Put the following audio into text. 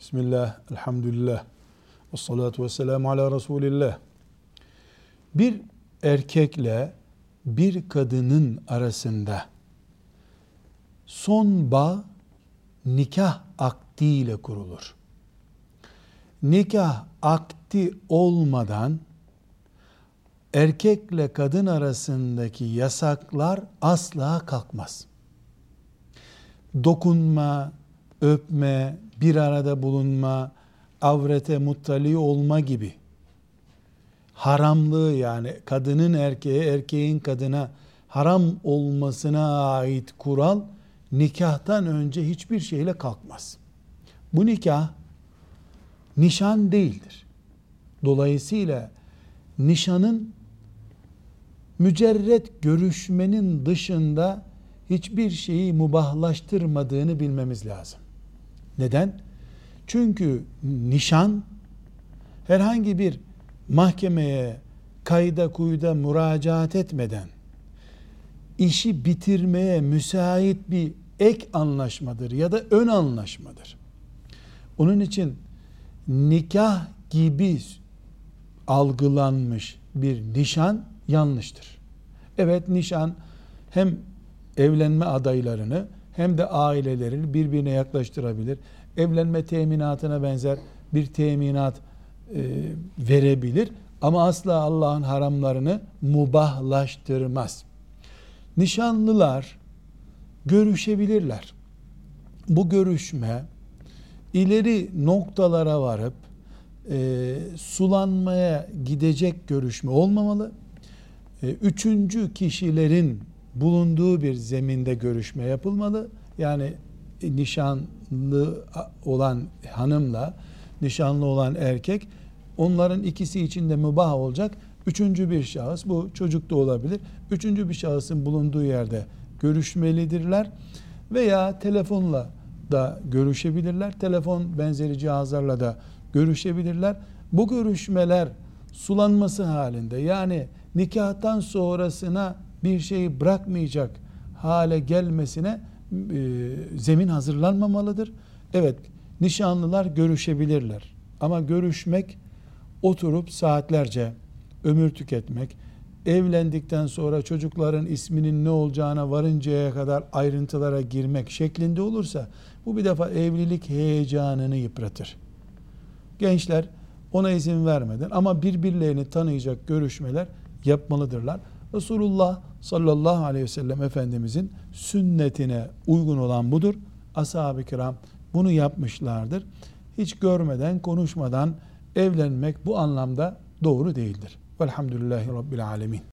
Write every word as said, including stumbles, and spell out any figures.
Bismillah, elhamdülillah, ve salatu ve selamu ala Resulillah. Bir erkekle bir kadının arasında son bağ nikah akdiyle kurulur. Nikah akdi olmadan erkekle kadın arasındaki yasaklar asla kalkmaz. Dokunma, öpme, bir arada bulunma, avrete muttali olma gibi haramlığı, yani kadının erkeğe, erkeğin kadına haram olmasına ait kural nikahtan önce hiçbir şeyle kalkmaz. Bu nikah nişan değildir. Dolayısıyla nişanın mücerret görüşmenin dışında hiçbir şeyi mubahlaştırmadığını bilmemiz lazım. Neden? Çünkü nişan herhangi bir mahkemeye kayda kuyuda müracaat etmeden işi bitirmeye müsait bir ek anlaşmadır ya da ön anlaşmadır. Onun için nikah gibi algılanmış bir nişan yanlıştır. Evet, nişan hem evlenme adaylarını hem de ailelerini birbirine yaklaştırabilir. Evlenme teminatına benzer bir teminat e, verebilir. Ama asla Allah'ın haramlarını mubahlaştırmaz. Nişanlılar görüşebilirler. Bu görüşme ileri noktalara varıp e, sulanmaya gidecek görüşme olmamalı. E, üçüncü kişilerin bulunduğu bir zeminde görüşme yapılmalı. Yani nişanlı olan hanımla nişanlı olan erkek, onların ikisi için de mübah olacak üçüncü bir şahıs, bu çocuk da olabilir, üçüncü bir şahısın bulunduğu yerde görüşmelidirler veya telefonla da görüşebilirler. Telefon benzeri cihazlarla da görüşebilirler. Bu görüşmeler sulanması halinde, yani nikahtan sonrasına bir şeyi bırakmayacak hale gelmesine e, zemin hazırlanmamalıdır. Evet, nişanlılar görüşebilirler. Ama görüşmek, oturup saatlerce ömür tüketmek, evlendikten sonra çocukların isminin ne olacağına varıncaya kadar ayrıntılara girmek şeklinde olursa, bu bir defa evlilik heyecanını yıpratır. Gençler ona izin vermeden ama birbirlerini tanıyacak görüşmeler yapmalıdırlar. Resulullah sallallahu aleyhi ve sellem Efendimizin sünnetine uygun olan budur. Ashab-ı kiram bunu yapmışlardır. Hiç görmeden, konuşmadan evlenmek bu anlamda doğru değildir. Velhamdülillahi Rabbil alemin.